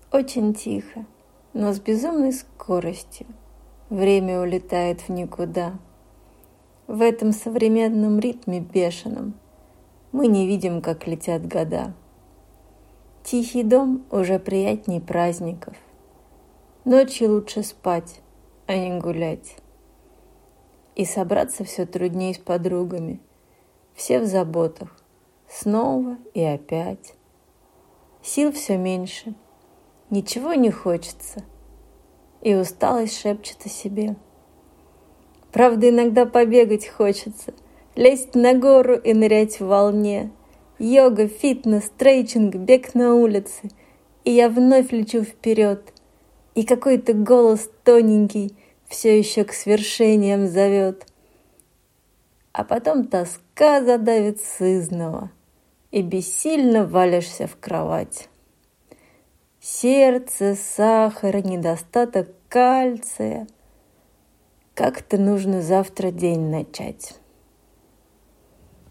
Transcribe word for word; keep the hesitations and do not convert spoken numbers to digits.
Очень тихо, но с безумной скоростью время улетает в никуда. В этом современном ритме бешеном мы не видим, как летят года. Тихий дом уже приятней праздников. Ночью лучше спать, а не гулять. И собраться все трудней с подругами. Все в заботах, снова и опять. Сил все меньше, ничего не хочется, и усталость шепчет о себе. Правда, иногда побегать хочется, лезть на гору и нырять в волне. Йога, фитнес, стрейчинг, бег на улице. И я вновь лечу вперед. И какой-то голос тоненький все еще к свершениям зовет. А потом тоска задавит сызнова, и бессильно валишься в кровать. Сердце, сахар, недостаток кальция. Как-то нужно завтра день начать.